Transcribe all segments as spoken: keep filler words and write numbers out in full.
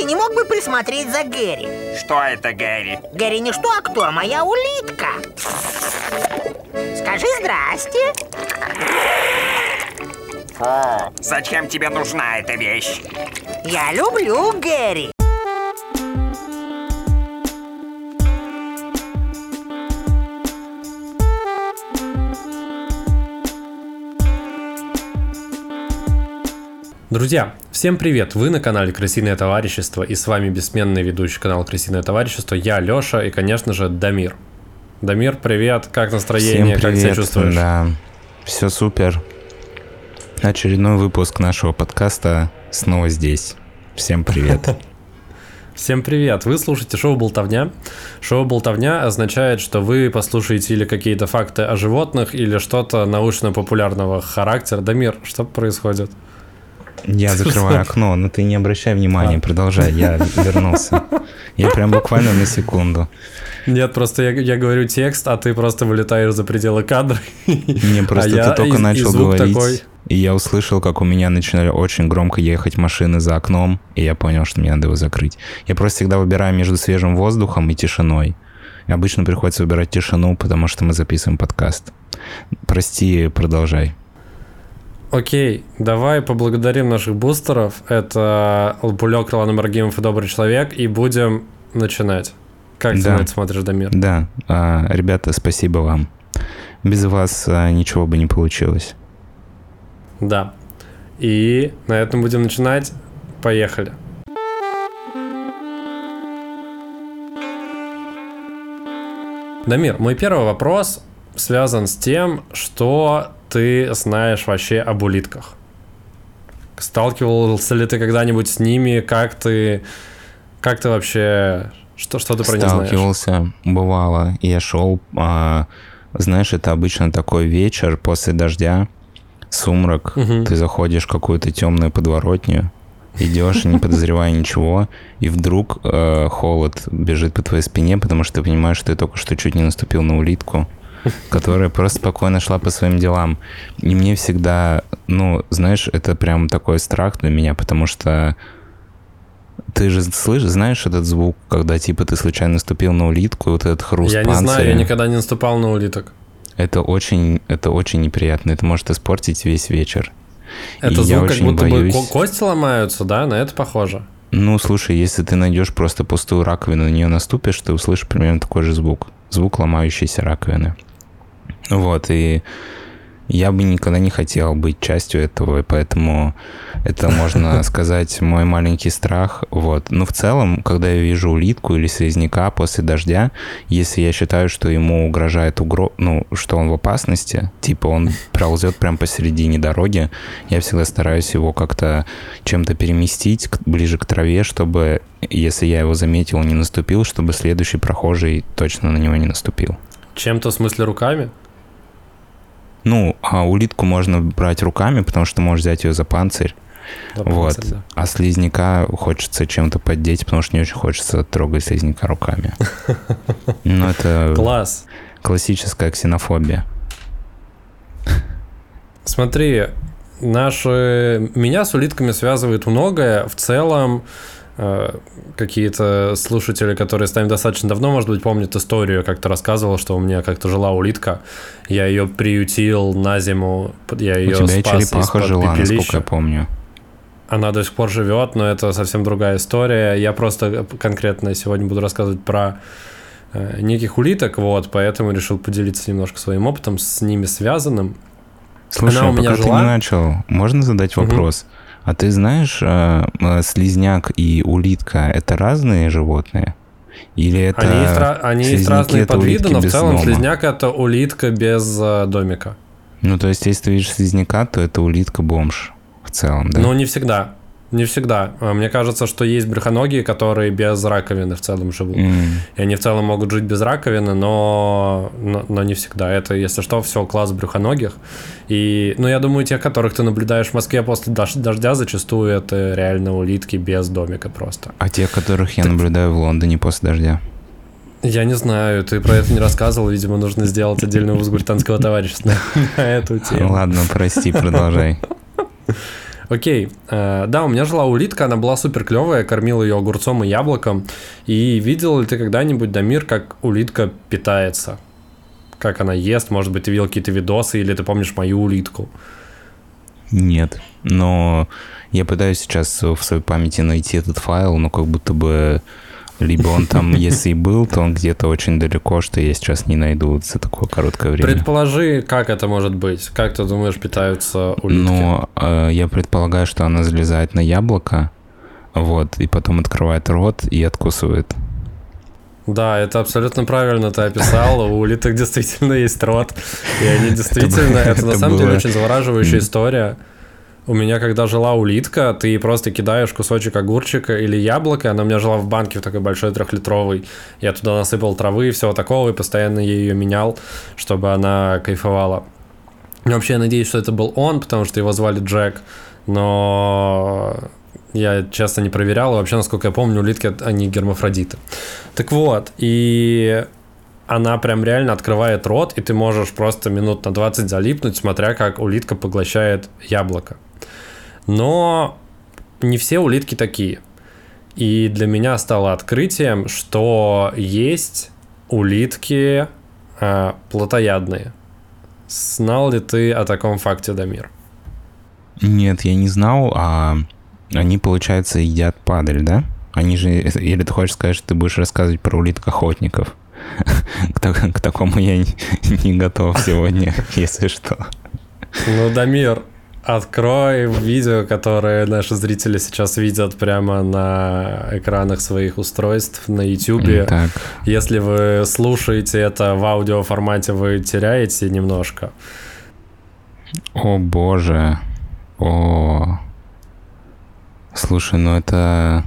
ты не мог бы присмотреть за Гэри? Что это Гэри? Гэри не что, а кто? Моя улитка. Скажи здрасте. Фу, зачем тебе нужна эта вещь? Я люблю Гэри. Друзья, всем привет! Вы на канале Крысиное Товарищество, и с вами бессменный ведущий канала Крысиное Товарищество, я Лёша и, конечно же, Дамир. Дамир, привет, как настроение, всем привет, как себя чувствуешь? Да, все супер. Очередной выпуск нашего подкаста снова здесь. Всем привет. Всем привет! Вы слушаете шоу «Болтовня». Шоу «Болтовня» означает, что вы послушаете или какие-то факты о животных, или что-то научно-популярного характера. Дамир, что происходит? Я закрываю окно, но ты не обращай внимания, продолжай, я вернулся. Я прям буквально на секунду. Нет, просто я, я говорю текст, а ты просто вылетаешь за пределы кадра. Мне просто а ты только и, начал и говорить, такой... и я услышал, как у меня начинали очень громко ехать машины за окном, и я понял, что мне надо его закрыть. Я просто всегда выбираю между свежим воздухом и тишиной. И обычно приходится выбирать тишину, потому что мы записываем подкаст. Прости, продолжай. Окей, давай поблагодарим наших бустеров. Это Лпулёк, Ролан Ибрагимов и Добрый Человек. И будем начинать. Как ты да. на это смотришь, Дамир? Да, а, ребята, спасибо вам. Без вас а, ничего бы не получилось. Да. И на этом будем начинать. Поехали. Дамир, мой первый вопрос связан с тем, что ты знаешь вообще об улитках. Сталкивался ли ты когда-нибудь с ними? Как ты, как ты вообще, что, что ты про них знаешь? Сталкивался, бывало. Я шел, а, знаешь, это обычно такой вечер после дождя, сумрак, угу. Ты заходишь в какую-то темную подворотню, идешь, не подозревая ничего, и вдруг э, холод бежит по твоей спине, потому что ты понимаешь, что ты только что чуть не наступил на улитку, которая просто спокойно шла по своим делам. И мне всегда, ну, знаешь, это прям такой страх для меня, потому что ты же слышишь, знаешь этот звук, когда типа ты случайно наступил на улитку, и вот этот хруст я панциря. Я не знаю, я никогда не наступал на улиток. Это очень, это очень неприятно, это может испортить весь вечер. Это и звук, как будто боюсь... бы кости ломаются, да? На это похоже. Ну, слушай, если ты найдешь просто пустую раковину, на нее наступишь, ты услышишь примерно такой же звук. Звук ломающейся раковины. Вот, и я бы никогда не хотел быть частью этого, и поэтому это, можно сказать, мой маленький страх. Вот. Но в целом, когда я вижу улитку или слизняка после дождя, если я считаю, что ему угрожает угроза, ну, что он в опасности, типа он ползет прямо посередине дороги, я всегда стараюсь его как-то чем-то переместить ближе к траве, чтобы, если я его заметил, он не наступил, чтобы следующий прохожий точно на него не наступил. Чем-то, в смысле, руками? Ну, а улитку можно брать руками, потому что можешь взять ее за панцирь. Да, вот. Панцирь, да. А слизняка хочется чем-то поддеть, потому что не очень хочется трогать слизняка руками. Ну, это класс. Классическая ксенофобия. Смотри, наши... меня с улитками связывает многое. В целом, какие-то слушатели, которые с нами достаточно давно, может быть, помнят историю, как ты рассказывал, что у меня как-то жила улитка, я ее приютил на зиму, я ее спас из-под пепелища. У тебя и черепаха жила, насколько я помню. Она до сих пор живет, но это совсем другая история. Я просто конкретно сегодня буду рассказывать про э, неких улиток, вот, поэтому решил поделиться немножко своим опытом с ними связанным. Слушай, Она у меня пока жила... ты не начал, можно задать вопрос? Угу. А ты знаешь, э, слизняк и улитка – это разные животные? Или это они есть, они есть разные подвиды, но в целом дома? Слизняк – это улитка без э, домика. Ну, то есть, если ты видишь слизняка, то это улитка-бомж в целом, да? Ну, не всегда. Не всегда. Мне кажется, что есть брюхоногие, которые без раковины в целом живут. Mm. И они в целом могут жить без раковины, но, но, но не всегда. Это, если что, все класс брюхоногих. И, ну, я думаю, тех, которых ты наблюдаешь в Москве после дождя, зачастую это реально улитки без домика просто. А тех, которых я ты... наблюдаю в Лондоне после дождя? Я не знаю, ты про это не рассказывал. Видимо, нужно сделать отдельный выпуск британского товарищества на эту тему. Ладно, прости, продолжай. Окей, э, да, у меня жила улитка, она была супер клевая, я кормил ее огурцом и яблоком. И видел ли ты когда-нибудь, Дамир, как улитка питается? Как она ест? Может быть, ты видел какие-то видосы, или ты помнишь мою улитку? Нет, но я пытаюсь сейчас в своей памяти найти этот файл, но как будто бы либо он там, если и был, то он где-то очень далеко, что я сейчас не найду за такое короткое время. Предположи, как это может быть? Как ты думаешь, питаются улитки? Ну, э, я предполагаю, что она залезает на яблоко, вот, и потом открывает рот и откусывает. Да, это абсолютно правильно ты описал. У улиток действительно есть рот. И они действительно... Это на самом деле очень завораживающая история. У меня, когда жила улитка, ты просто кидаешь кусочек огурчика или яблоко, она у меня жила в банке в такой большой трехлитровой, я туда насыпал травы и всего такого, и постоянно я ее менял, чтобы она кайфовала. Но вообще я надеюсь, что это был он, потому что его звали Джек, но я часто не проверял, и вообще, насколько я помню, улитки, они гермафродиты. Так вот, и... она прям реально открывает рот, и ты можешь просто минут на двадцать залипнуть, смотря как улитка поглощает яблоко. Но не все улитки такие. И для меня стало открытием, что есть улитки э, плотоядные. Знал ли ты о таком факте, Дамир? Нет, я не знал, а они, получается, едят падаль, да? Они же... Или ты хочешь сказать, что ты будешь рассказывать про улиток-охотников? К, к такому я не, не готов сегодня, если что. Ну, Дамир, открой видео, которое наши зрители сейчас видят прямо на экранах своих устройств на YouTube. Так. Если вы слушаете это в аудиоформате, вы теряете немножко. О, боже. О. Слушай, ну это...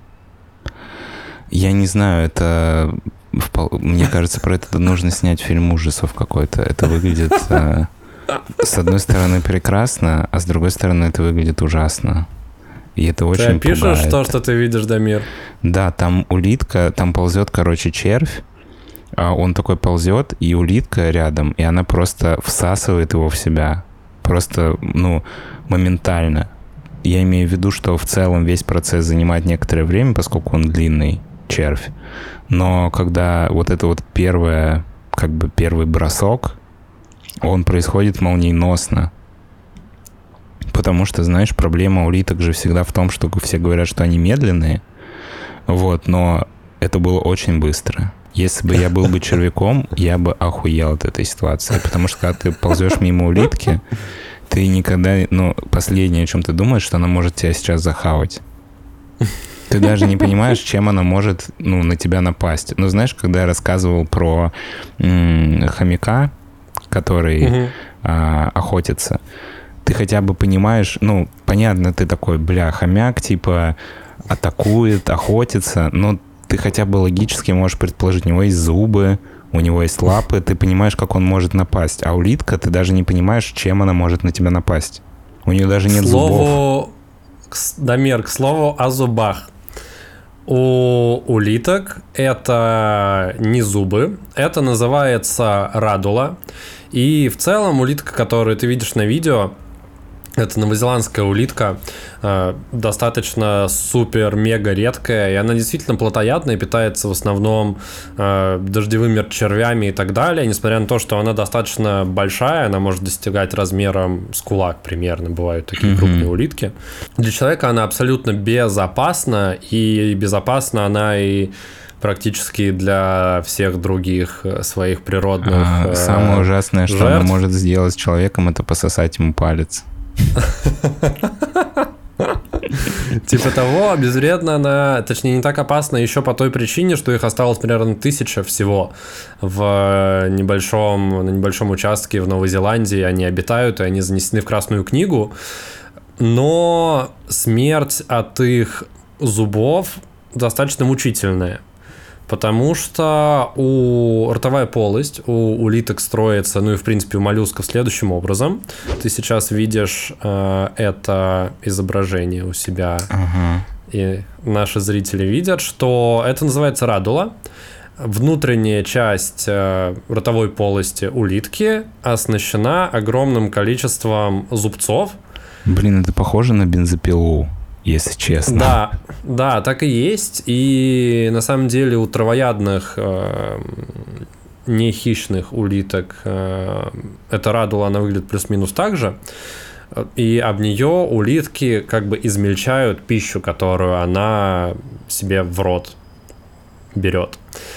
Я не знаю, это... Мне кажется, про это нужно снять фильм ужасов какой-то. Это выглядит, э, с одной стороны, прекрасно, а с другой стороны, это выглядит ужасно. И это очень пугает. Ты опишешь то, что ты видишь, Дамир? Да, там улитка, там ползет, короче, червь. А он такой ползет, и улитка рядом, и она просто всасывает его в себя. Просто, ну, моментально. Я имею в виду, что в целом весь процесс занимает некоторое время, поскольку он длинный, червь. Но когда вот это вот первое, как бы первый бросок, он происходит молниеносно. Потому что, знаешь, проблема улиток же всегда в том, что все говорят, что они медленные. Вот, но это было очень быстро. Если бы я был бы червяком, я бы охуел от этой ситуации. Потому что когда ты ползешь мимо улитки, ты никогда... Ну, последнее, о чем ты думаешь, что она может тебя сейчас захавать. Ты даже не понимаешь, чем она может, ну, на тебя напасть. Ну, знаешь, когда я рассказывал про м- хомяка, который угу. а, охотится, ты хотя бы понимаешь, ну, понятно, ты такой, бля, хомяк, типа, атакует, охотится, но ты хотя бы логически можешь предположить, у него есть зубы, у него есть лапы, ты понимаешь, как он может напасть. А улитка, ты даже не понимаешь, чем она может на тебя напасть. У нее даже нет слову, зубов. Дамир, к слову о зубах. У улиток это не зубы, это называется радула. И в целом улитка, которую ты видишь на видео, это новозеландская улитка, э, достаточно супер-мега редкая, и она действительно плотоядная, питается в основном э, дождевыми червями и так далее, несмотря на то, что она достаточно большая, она может достигать размером с кулак примерно, бывают такие mm-hmm. крупные улитки. Для человека она абсолютно безопасна, и безопасна она и практически для всех других своих природных а, э, самое ужасное, жертв. Что она может сделать с человеком, это пососать ему палец. Типа того, безвредна она, точнее, не так опасна еще по той причине, что их осталось примерно тысяча всего в небольшом, на небольшом участке в Новой Зеландии. Они обитают, и они занесены в Красную книгу. Но смерть от их зубов достаточно мучительная. Потому что у ротовая полость у улиток строится, ну и в принципе у моллюсков следующим образом. Ты сейчас видишь э, это изображение у себя, uh-huh. и наши зрители видят, что это называется радула. Внутренняя часть э, ротовой полости улитки оснащена огромным количеством зубцов, Блин, это похоже на бензопилу, если честно. Да, да, так и есть. И на самом деле у травоядных э, не хищных улиток э, эта радула, она выглядит плюс-минус так же. И об нее улитки как бы измельчают пищу, которую она себе в рот берет.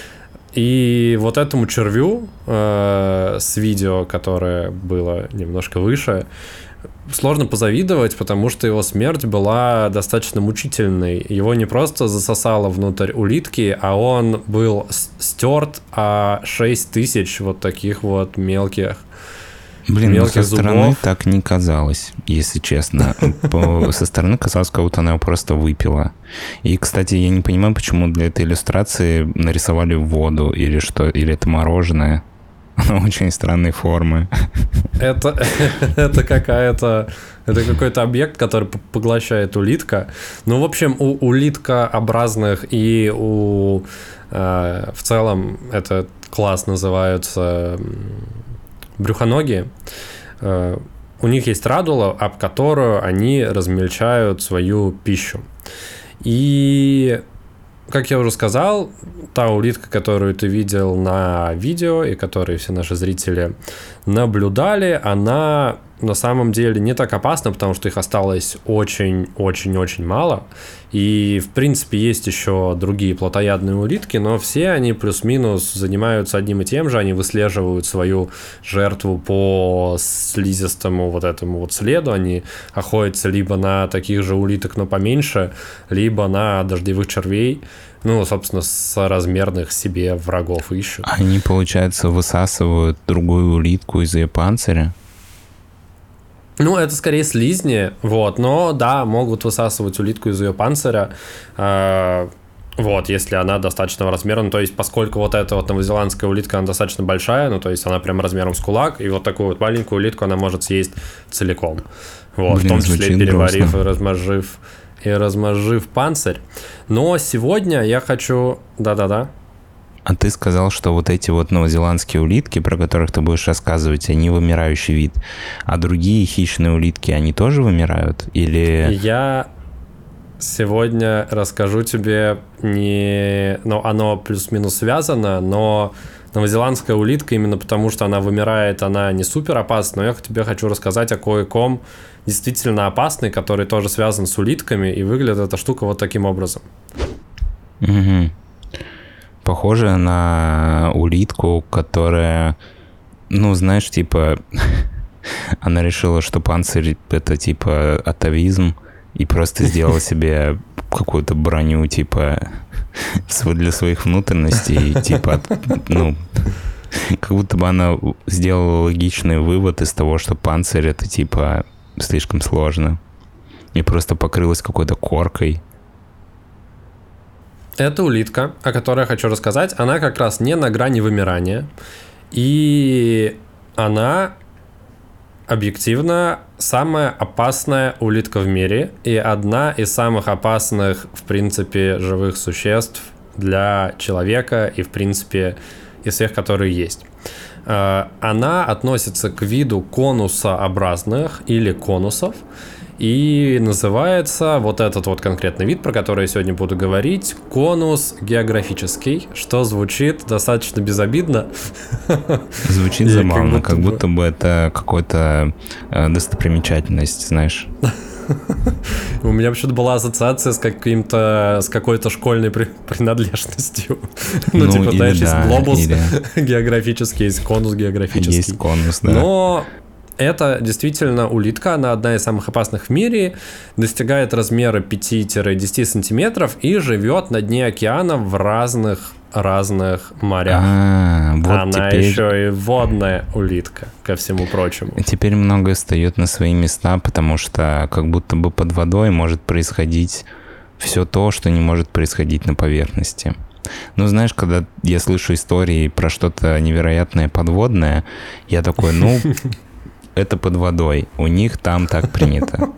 И вот этому червю э, с видео, которое было немножко выше, сложно позавидовать, потому что его смерть была достаточно мучительной. Его не просто засосало внутрь улитки, а он был стерт о шесть тысяч вот таких вот мелких. Блин, ну со стороны зубов. Так не казалось, если честно. Со стороны казалось, как будто она его просто выпила. И, кстати, я не понимаю, почему для этой иллюстрации нарисовали воду или что, или это мороженое. Оно очень странной формы. Это, это какая-то... Это какой-то объект, который поглощает улитка. Ну, в общем, у улиткообразных и у... Э, в целом, этот класс называются... брюхоногие, у них есть радула, об которую они размельчают свою пищу. И, как я уже сказал, та улитка, которую ты видел на видео и которую все наши зрители наблюдали, она на самом деле не так опасна, потому что их осталось очень-очень-очень мало. И, в принципе, есть еще другие плотоядные улитки, но все они плюс-минус занимаются одним и тем же. Они выслеживают свою жертву по слизистому вот этому вот следу. Они охотятся либо на таких же улиток, но поменьше, либо на дождевых червей. Ну, собственно, соразмерных себе врагов ищут. Они, получается, высасывают другую улитку из ее панциря? Ну, это скорее слизни, вот, но да, могут высасывать улитку из ее панциря, э, вот, если она достаточного размера, ну, то есть, поскольку вот эта вот новозеландская улитка, она достаточно большая, ну, то есть, она прям размером с кулак, и вот такую вот маленькую улитку она может съесть целиком, вот, Блин, в том числе переварив грустно. и размозжив, и размозжив панцирь. Но сегодня я хочу, да-да-да. А ты сказал, что вот эти вот новозеландские улитки, про которых ты будешь рассказывать, они вымирающий вид. А другие хищные улитки, они тоже вымирают? Или... Я сегодня расскажу тебе не... Ну, оно плюс-минус связано, но новозеландская улитка, именно потому что она вымирает, она не супер опасна, но я тебе хочу рассказать о кое-ком действительно опасный, который тоже связан с улитками, и выглядит эта штука вот таким образом. Угу. Похоже на улитку, которая, ну, знаешь, типа, она решила, что панцирь — это, типа, атовизм, и просто сделала себе какую-то броню, типа, для своих внутренностей, типа, ну, как будто бы она сделала логичный вывод из того, что панцирь — это, типа, слишком сложно, и просто покрылась какой-то коркой. Эта улитка, о которой я хочу рассказать, она как раз не на грани вымирания. И она объективно самая опасная улитка в мире и одна из самых опасных, в принципе, живых существ для человека и, в принципе, из всех, которые есть. Она относится к виду конусообразных или конусов. И называется вот этот вот конкретный вид, про который я сегодня буду говорить, конус географический, что звучит достаточно безобидно. Звучит забавно, как будто, как будто бы это какая-то э, достопримечательность, знаешь. У меня вообще-то была ассоциация с каким-то, с какой-то школьной при, принадлежностью. Ну, ну, типа, знаешь, есть глобус или... географический, есть конус географический. Есть конус, да. Но... Это действительно улитка, она одна из самых опасных в мире, достигает размера пять-десять сантиметров и живет на дне океана в разных разных морях. А, вот она теперь... еще и водная улитка, ко всему прочему. Теперь многое встает на свои места, потому что как будто бы под водой может происходить все то, что не может происходить на поверхности. Ну, знаешь, когда я слышу истории про что-то невероятное подводное, я такой, ну... Это под водой. У них там так принято.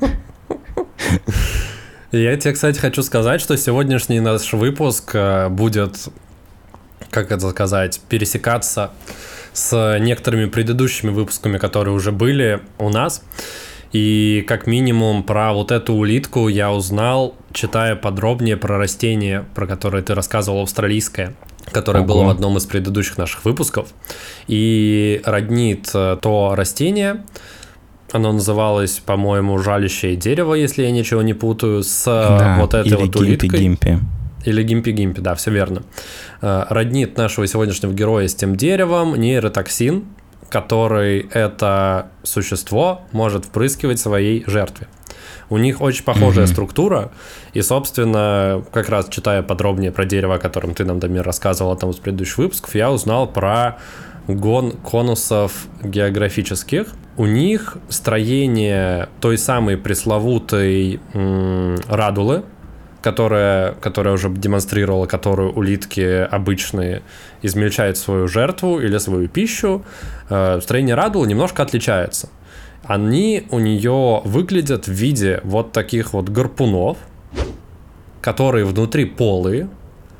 Я тебе, кстати, хочу сказать, что сегодняшний наш выпуск будет, как это сказать, пересекаться с некоторыми предыдущими выпусками, которые уже были у нас. И как минимум про вот эту улитку я узнал, читая подробнее про растение, про которое ты рассказывал, австралийское, которое Ого. было в одном из предыдущих наших выпусков. И роднит то растение, оно называлось, по-моему, жалящее дерево, если я ничего не путаю, с да, вот этой вот улиткой. Гимпи-гимпи. Или гимпи-гимпи, да, все верно. Роднит нашего сегодняшнего героя с тем деревом нейротоксин, который это существо может впрыскивать своей жертве. У них очень похожая mm-hmm. структура, и, собственно, как раз читая подробнее про дерево, о котором ты нам, Дамир, рассказывал там из предыдущих выпусков, я узнал про гон конусов географических. У них строение той самой пресловутой м- радулы, которая, которая уже демонстрировала, которую улитки обычные измельчают свою жертву или свою пищу, э, строение радулы немножко отличается. Они у нее выглядят в виде вот таких вот гарпунов, которые внутри полые,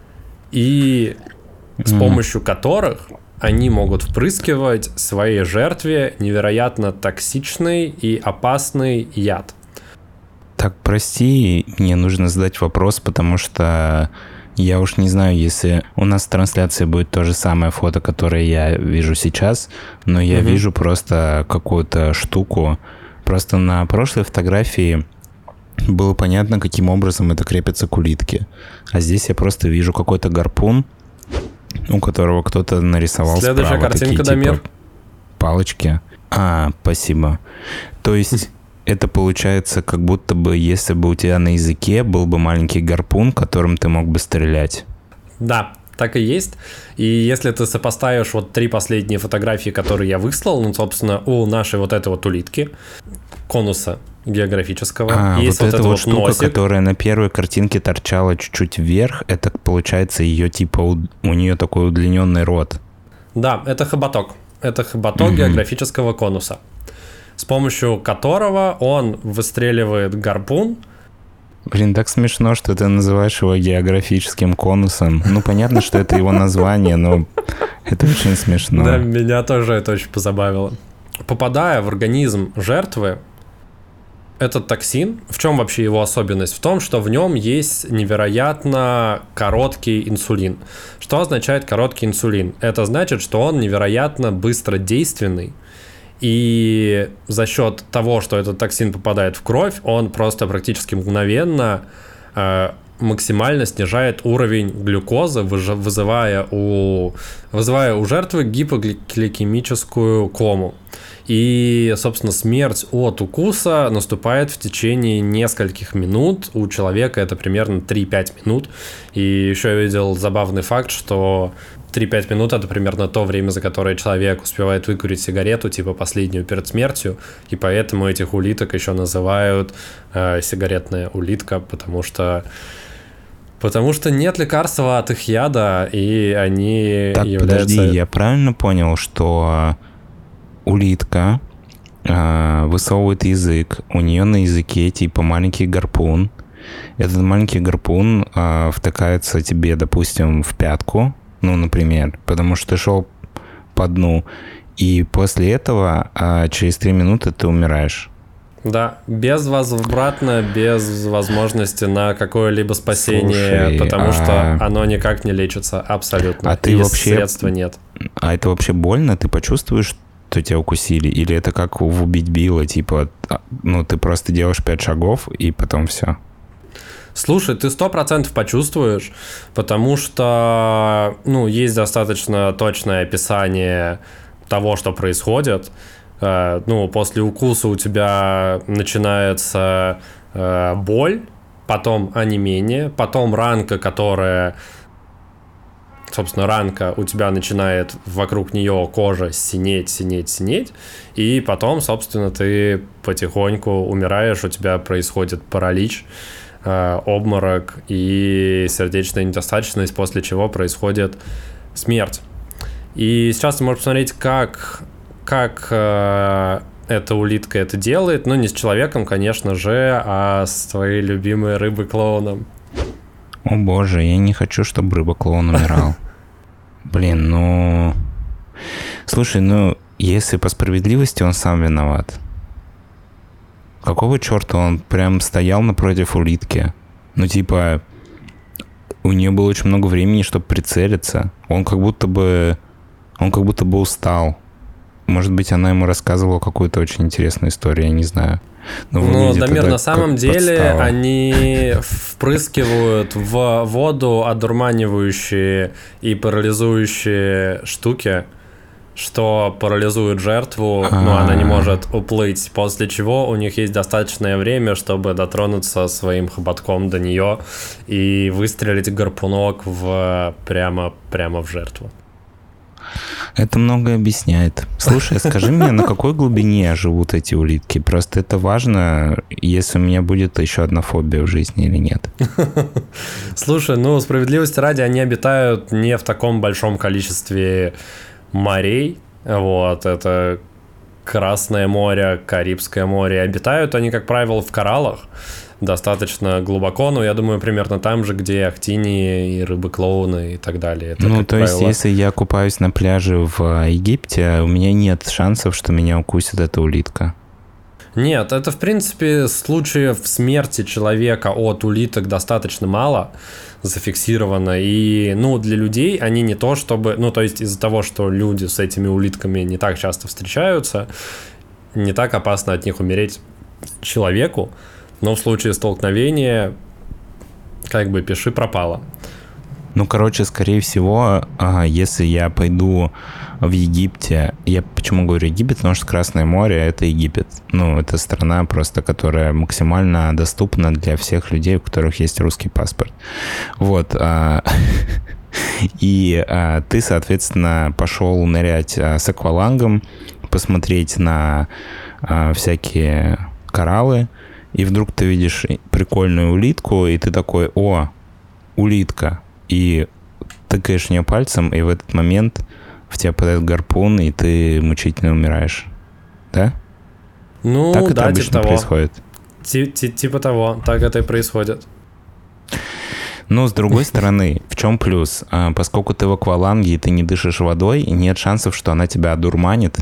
и с mm. помощью которых они могут впрыскивать своей жертве невероятно токсичный и опасный яд. Так, прости, мне нужно задать вопрос, потому что я уж не знаю, если у нас в трансляции будет то же самое фото, которое я вижу сейчас, но я угу. вижу просто какую-то штуку. Просто на прошлой фотографии было понятно, каким образом это крепится к улитке. А здесь я просто вижу какой-то гарпун, у которого кто-то нарисовал Следующая справа картинка, такие Дамир. типа палочки. А, спасибо. То есть... Это получается, как будто бы, если бы у тебя на языке был бы маленький гарпун, которым ты мог бы стрелять. Да, так и есть. И если ты сопоставишь вот три последние фотографии, которые я выслал, ну, собственно, у нашей вот этой вот улитки, конуса географического, а, есть вот, вот эта вот вот штука, носик, которая на первой картинке торчала чуть-чуть вверх, это, получается, ее типа, у, у нее такой удлиненный рот. Да, это хоботок. Это хоботок mm-hmm. географического конуса, с помощью которого он выстреливает гарпун. Блин, так смешно, что ты называешь его географическим конусом. Ну, понятно, что это его название, но это очень смешно. Да, меня тоже это очень позабавило. Попадая в организм жертвы, этот токсин, в чем вообще его особенность? В том, что в нем есть невероятно короткий инсулин. Что означает короткий инсулин? Это значит, что он невероятно быстродейственный. И за счет того, что этот токсин попадает в кровь, он просто практически мгновенно э, максимально снижает уровень глюкозы, вызывая у, вызывая у жертвы гипогликемическую кому. И, собственно, смерть от укуса наступает в течение нескольких минут. У человека это примерно три-пять минут. И еще я видел забавный факт, что три-пять минут — это примерно то время, за которое человек успевает выкурить сигарету, типа последнюю перед смертью. И поэтому этих улиток еще называют э, сигаретная улитка, потому что... Потому что нет лекарства от их яда, и они так, являются... подожди, я правильно понял, что улитка э, высовывает язык, у нее на языке типа маленький гарпун. Этот маленький гарпун э, втыкается тебе, допустим, в пятку, ну, например, потому что ты шел по дну, и после этого э, через три минуты ты умираешь. Да, безвозвратно, без возможности на какое-либо спасение. Слушай, потому а... что оно никак не лечится абсолютно. А ты и вообще... средства нет. А это вообще больно? Ты почувствуешь, что тебя укусили? Или это как в «Убить Билла», типа, ну, ты просто делаешь пять шагов, и потом все? Слушай, ты сто процентов почувствуешь, потому что, ну, есть достаточно точное описание того, что происходит. Ну, после укуса у тебя начинается э, боль, потом онемение, потом ранка, которая, собственно, ранка у тебя начинает вокруг нее кожа синеть, синеть, синеть, и потом, собственно, ты потихоньку умираешь, у тебя происходит паралич, э, обморок и сердечная недостаточность, после чего происходит смерть. И сейчас ты можешь посмотреть, как... как э, эта улитка это делает, но не с человеком, конечно же, а с твоей любимой рыбой-клоуном. О боже, я не хочу, чтобы рыба-клоун умирал. Блин, ну... Слушай, ну, если по справедливости он сам виноват. Какого черта он прям стоял напротив улитки? Ну, типа, у нее было очень много времени, чтобы прицелиться. Он как будто бы... Он как будто бы устал. Может быть, она ему рассказывала какую-то очень интересную историю, я не знаю. Но ну, Дамир, на самом деле подстава. Они впрыскивают в воду одурманивающие и парализующие штуки, что парализует жертву, А-а-а. но она не может уплыть, после чего у них есть достаточное время, чтобы дотронуться своим хоботком до нее и выстрелить гарпунок в, прямо, прямо в жертву. Это многое объясняет. Слушай, скажи мне, на какой глубине живут эти улитки? Просто это важно, если у меня будет еще одна фобия в жизни или нет. Слушай, ну, справедливости ради, они обитают не в таком большом количестве морей. Вот, это Красное море, Карибское море. Обитают они, как правило, в кораллах. Достаточно глубоко, но я думаю, примерно там же, где актинии и рыбы-клоуны и так далее. Это, ну, то правило... есть, если я купаюсь на пляже в Египте, у меня нет шансов, что меня укусит эта улитка. Нет, это, в принципе, случаев смерти человека от улиток достаточно мало зафиксировано. И, ну, для людей они не то, чтобы... Ну, то есть, из-за того, что люди с этими улитками не так часто встречаются, не так опасно от них умереть человеку. Но в случае столкновения, как бы, пиши пропало. Ну, короче, скорее всего, если я пойду в Египте... Я почему говорю Египет? Потому что Красное море — это Египет. Ну, это страна просто, которая максимально доступна для всех людей, у которых есть русский паспорт. Вот. И ты, соответственно, пошел нырять с аквалангом, посмотреть на всякие кораллы, и вдруг ты видишь прикольную улитку, и ты такой: о, улитка. И тыкаешь в нее пальцем, и в этот момент в тебя падает гарпун, и ты мучительно умираешь. Да? Ну, так это да, обычно типа происходит. Типа того, так это и происходит. Но, с другой стороны, в чем плюс? Поскольку ты в акваланге, и ты не дышишь водой, нет шансов, что она тебя одурманит,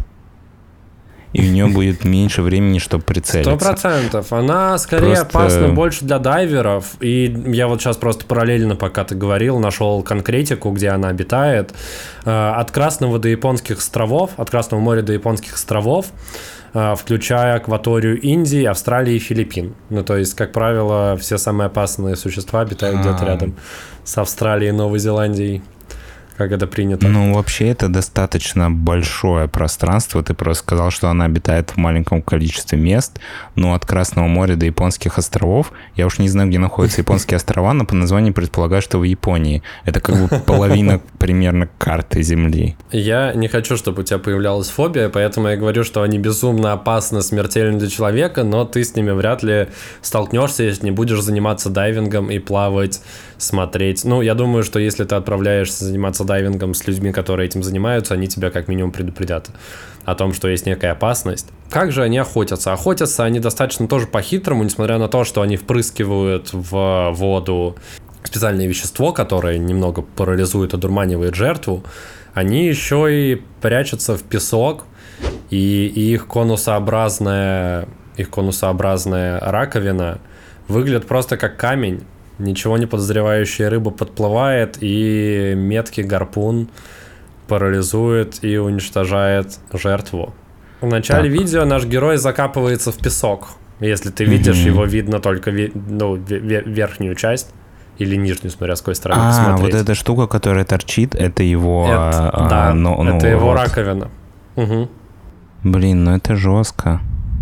и у нее будет меньше времени, чтобы прицелиться. Сто процентов. Она скорее просто... опасна больше для дайверов. И я вот сейчас просто параллельно, пока ты говорил, нашел конкретику, где она обитает. От Красного до Японских островов, от Красного моря до Японских островов, включая акваторию Индии, Австралии и Филиппин. Ну, то есть, как правило, все самые опасные существа обитают А-а-а. где-то рядом с Австралией и Новой Зеландией. Как это принято? Ну, вообще, это достаточно большое пространство. Ты просто сказал, что она обитает в маленьком количестве мест. Но от Красного моря до Японских островов, я уж не знаю, где находятся Японские острова, но по названию предполагаю, что в Японии. Это как бы половина примерно карты Земли. Я не хочу, чтобы у тебя появлялась фобия, поэтому я говорю, что они безумно опасны, смертельны для человека, но ты с ними вряд ли столкнешься, если не будешь заниматься дайвингом и плавать, смотреть. Ну, я думаю, что если ты отправляешься заниматься дайвингом с людьми, которые этим занимаются, они тебя как минимум предупредят о том, что есть некая опасность. Как же они охотятся? Охотятся они достаточно тоже по-хитрому, несмотря на то, что они впрыскивают в воду специальное вещество, которое немного парализует, одурманивает жертву. Они еще и прячутся в песок, и их конусообразная, их конусообразная раковина выглядит просто как камень. Ничего не подозревающая рыба подплывает, и меткий гарпун парализует и уничтожает жертву. В начале так. видео наш герой закапывается в песок. Если ты видишь, mm-hmm. его видно только ви- ну, ви- верхнюю часть или нижнюю, смотря с какой стороны а, посмотреть. А, вот эта штука, которая торчит, это его... Это, а, да, ну, это ну, его вот. раковина. Угу. Блин, ну это жестко.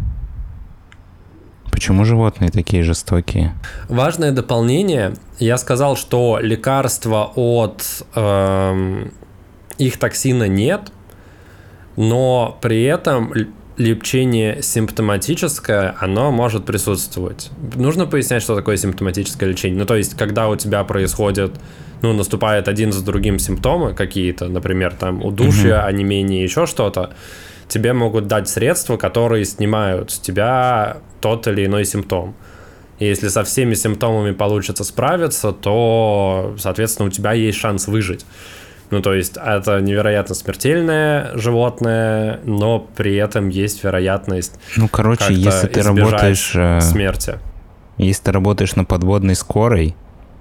Почему животные такие жестокие? Важное дополнение. Я сказал, что лекарства от эм, их токсина нет, но при этом лечение симптоматическое, оно может присутствовать. Нужно пояснять, что такое симптоматическое лечение. Ну, то есть, когда у тебя происходит, ну, наступает один за другим симптомы какие-то, например, там, удушье, угу. онемение, еще что-то, тебе могут дать средства, которые снимают с тебя тот или иной симптом. И если со всеми симптомами получится справиться, то, соответственно, у тебя есть шанс выжить. Ну, то есть это невероятно смертельное животное, но при этом есть вероятность. Ну, короче, если ты работаешь... смерти. Если ты работаешь на подводной скорой,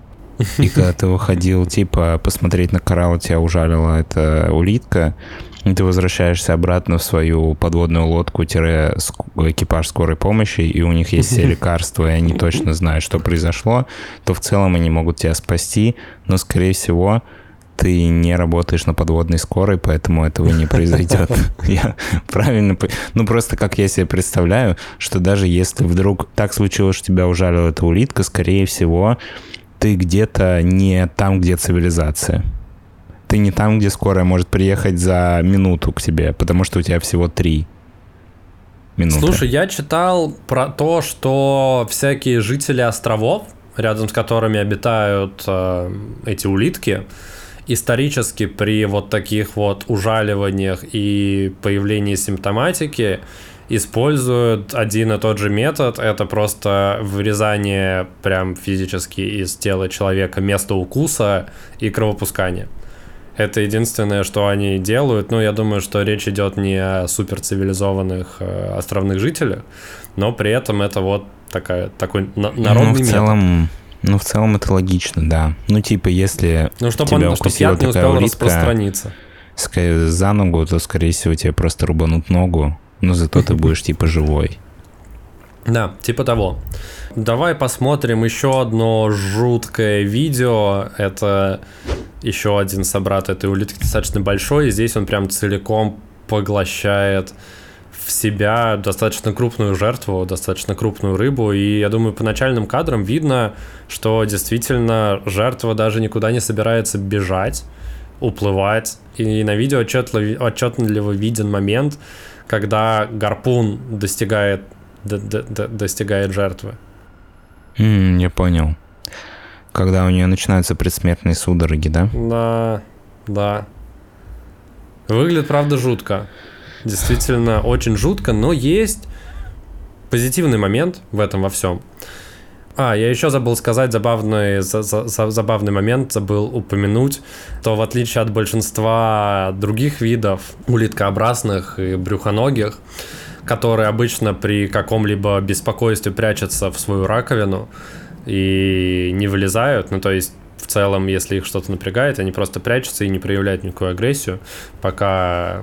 и когда ты выходил, типа, посмотреть на коралл, тебя ужалила эта улитка, и ты возвращаешься обратно в свою подводную лодку-экипаж скорой помощи, и у них есть все лекарства, и они точно знают, что произошло, то в целом они могут тебя спасти, но, скорее всего, ты не работаешь на подводной скорой, поэтому этого не произойдет. Я правильно... Ну, просто как я себе представляю, что даже если вдруг так случилось, что тебя ужалила эта улитка, скорее всего, ты где-то не там, где цивилизация. Ты не там, где скорая может приехать за минуту к тебе, потому что у тебя всего три минуты. Слушай, я читал про то, что всякие жители островов, рядом с которыми обитают э, эти улитки, исторически при вот таких вот ужаливаниях и появлении симптоматики используют один и тот же метод. Это просто вырезание прям физически из тела человека места укуса и кровопускания. Это единственное, что они делают. Ну, я думаю, что речь идет не о суперцивилизованных э, островных жителях, но при этом это вот такая, такой на- народный ну, в метод. Целом... Ну, в целом это логично, да. Ну, типа, если ну, чтоб тебя он, укусила чтоб такая улитка распространиться за ногу, то, скорее всего, тебе просто рубанут ногу, но зато ты будешь, типа, живой. Да, типа того. Давай посмотрим еще одно жуткое видео. Это еще один собрат этой улитки, достаточно большой, и здесь он прям целиком поглощает в себя достаточно крупную жертву, достаточно крупную рыбу, и я думаю, по начальным кадрам видно, что действительно жертва даже никуда не собирается бежать, уплывать, и на видео отчетливо, отчетливо виден момент, когда гарпун достигает, д- д- д- достигает жертвы. Mm, я понял. Когда у нее начинаются предсмертные судороги, да? Да, да. Выглядит, правда, жутко. Действительно, очень жутко, но есть позитивный момент в этом во всем. А, я еще забыл сказать забавный, за, за, забавный момент, забыл упомянуть, то в отличие от большинства других видов улиткообразных и брюхоногих, которые обычно при каком-либо беспокойстве прячутся в свою раковину и не вылезают, ну то есть в целом, если их что-то напрягает, они просто прячутся и не проявляют никакую агрессию, пока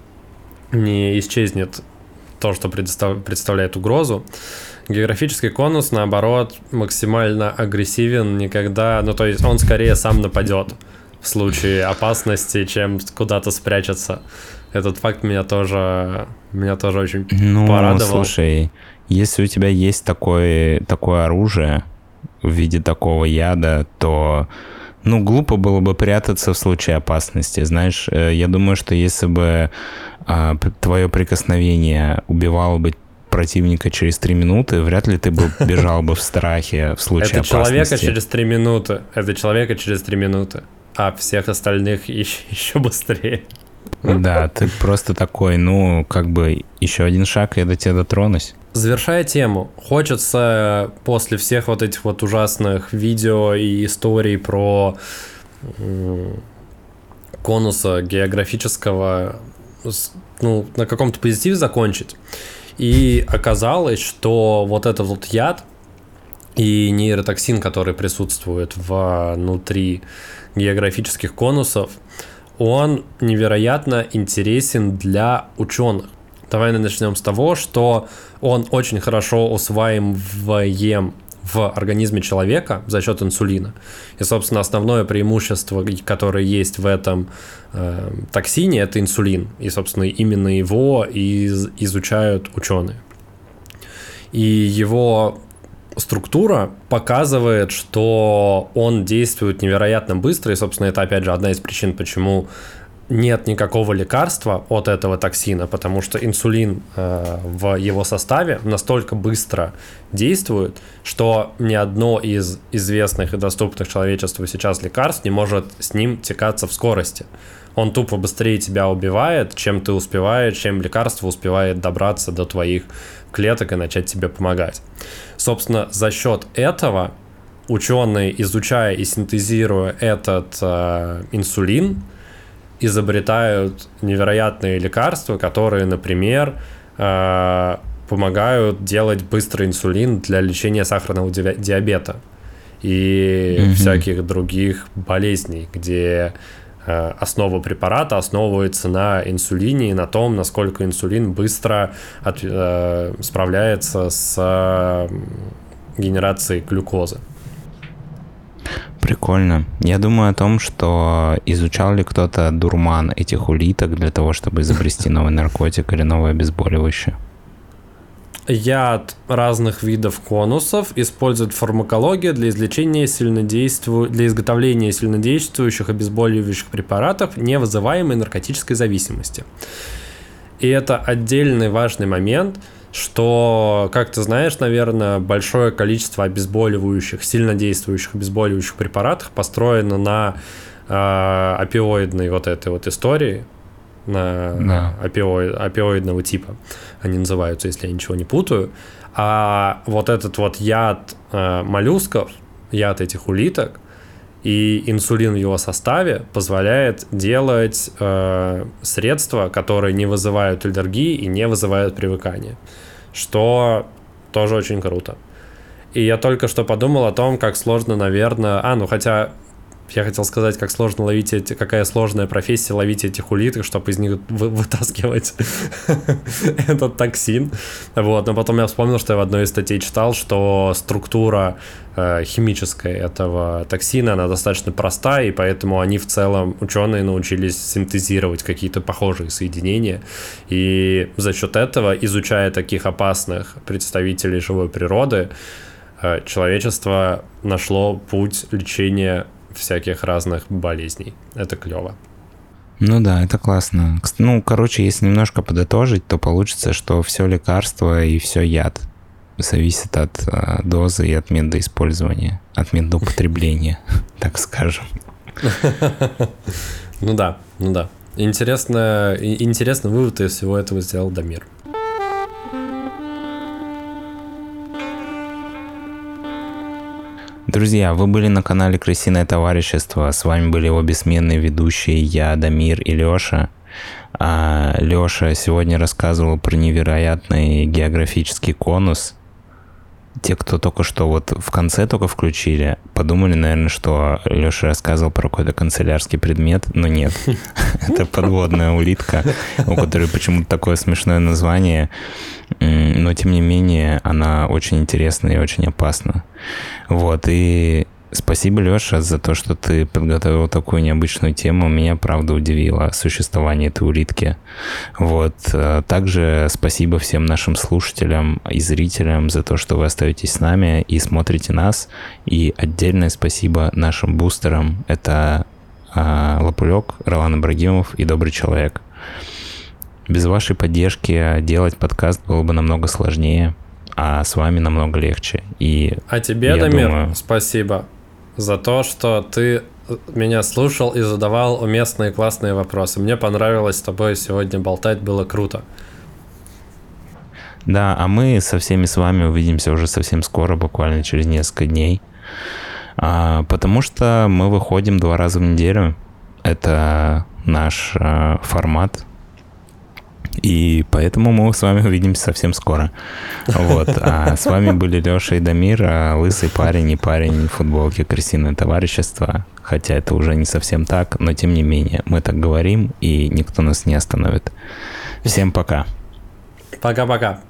не исчезнет то, что предостав... представляет угрозу. Географический конус, наоборот, максимально агрессивен, никогда, ну то есть он скорее сам нападет в случае опасности, чем куда-то спрячется. Этот факт меня тоже, меня тоже очень ну, порадовал. Слушай, если у тебя есть такое, такое оружие в виде такого яда, то ну, глупо было бы прятаться в случае опасности. Знаешь, я думаю, что если бы а, твое прикосновение убивало бы противника через три минуты, вряд ли ты бы бежал бы в страхе в случае опасности. Это человека через три минуты. Это человека через три минуты. А всех остальных еще, еще быстрее. Да, ты просто такой, ну, как бы еще один шаг, и я до тебя дотронусь. Завершая тему, хочется после всех вот этих вот ужасных видео и историй про конуса географического, ну, на каком-то позитиве закончить. И оказалось, что вот этот вот яд и нейротоксин, который присутствует внутри географических конусов, он невероятно интересен для ученых. Давай начнем с того, что он очень хорошо усваиваем в организме человека за счет инсулина. И, собственно, основное преимущество, которое есть в этом э, токсине, это инсулин. И, собственно, именно его из, изучают ученые. И его структура показывает, что он действует невероятно быстро. И, собственно, это, опять же, одна из причин, почему нет никакого лекарства от этого токсина, потому что инсулин э, в его составе настолько быстро действует, что ни одно из известных и доступных человечеству сейчас лекарств не может с ним тягаться в скорости. Он тупо быстрее тебя убивает, чем ты успеваешь, чем лекарство успевает добраться до твоих клеток и начать тебе помогать. Собственно, за счет этого ученые, изучая и синтезируя этот э, инсулин, изобретают невероятные лекарства, которые, например, помогают делать быстрый инсулин для лечения сахарного диабета и mm-hmm. всяких других болезней, где основа препарата основывается на инсулине и на том, насколько инсулин быстро от, э, справляется с генерацией глюкозы. Прикольно. Я думаю о том, что изучал ли кто-то дурман этих улиток для того, чтобы изобрести новый наркотик или новое обезболивающее. Яд разных видов конусов использует фармакология для излечения сильнодейству... для изготовления сильнодействующих обезболивающих препаратов, не вызываемой наркотической зависимости. И это отдельный важный момент, что, как ты знаешь, наверное, большое количество обезболивающих, сильнодействующих обезболивающих препаратов построено на э, опиоидной вот этой вот истории, на да. опиоид, опиоидного типа они называются, если я ничего не путаю. А вот этот вот яд э, моллюсков, яд этих улиток и инсулин в его составе позволяет делать э, средства, которые не вызывают аллергии и не вызывают привыкания, что тоже очень круто. И я только что подумал о том, как сложно, наверное... А, ну хотя... Я хотел сказать, как сложно ловить эти, какая сложная профессия ловить этих улиток, чтобы из них вы, вытаскивать этот токсин. Вот. Но потом я вспомнил, что я в одной из статей читал, что структура э, химическая этого токсина, она достаточно проста, и поэтому они в целом, ученые, научились синтезировать какие-то похожие соединения. И за счет этого, изучая таких опасных представителей живой природы, э, человечество нашло путь лечения всяких разных болезней. Это клево. Ну да, это классно. Ну, короче, если немножко подытожить, то получится, что все лекарство и все яд зависит от э, дозы и от метода использования, от метода употребления, так скажем. Ну да, ну да. Интересно, интересный вывод из всего этого сделал Дамир. Друзья, вы были на канале Крысиное товарищество. С вами были его бессменные ведущие я, Дамир и Леша. А Леша сегодня рассказывал про невероятный географический конус. Те, кто только что вот в конце только включили, подумали, наверное, что Леша рассказывал про какой-то канцелярский предмет, но нет. Это подводная улитка, у которой почему-то такое смешное название, но тем не менее она очень интересна и очень опасна. Вот, и спасибо, Леша, за то, что ты подготовил такую необычную тему. Меня, правда, удивило существование этой улитки. Вот. Также спасибо всем нашим слушателям и зрителям за то, что вы остаетесь с нами и смотрите нас. И отдельное спасибо нашим бустерам. Это а, Лопулек, Ролан Ибрагимов и Добрый человек. Без вашей поддержки делать подкаст было бы намного сложнее, а с вами намного легче. И а тебе, Дамир, думаю... спасибо за то, что ты меня слушал и задавал уместные классные вопросы. Мне понравилось с тобой сегодня болтать, было круто. Да, а мы со всеми с вами увидимся уже совсем скоро, буквально через несколько дней. А, потому что мы выходим два раза в неделю. Это наш а, формат. И поэтому мы с вами увидимся совсем скоро. Вот. А с вами были Леша и Дамир, лысый парень и парень в футболке «Крысиное товарищество». Хотя это уже не совсем так, но тем не менее мы так говорим, и никто нас не остановит. Всем пока. Пока-пока.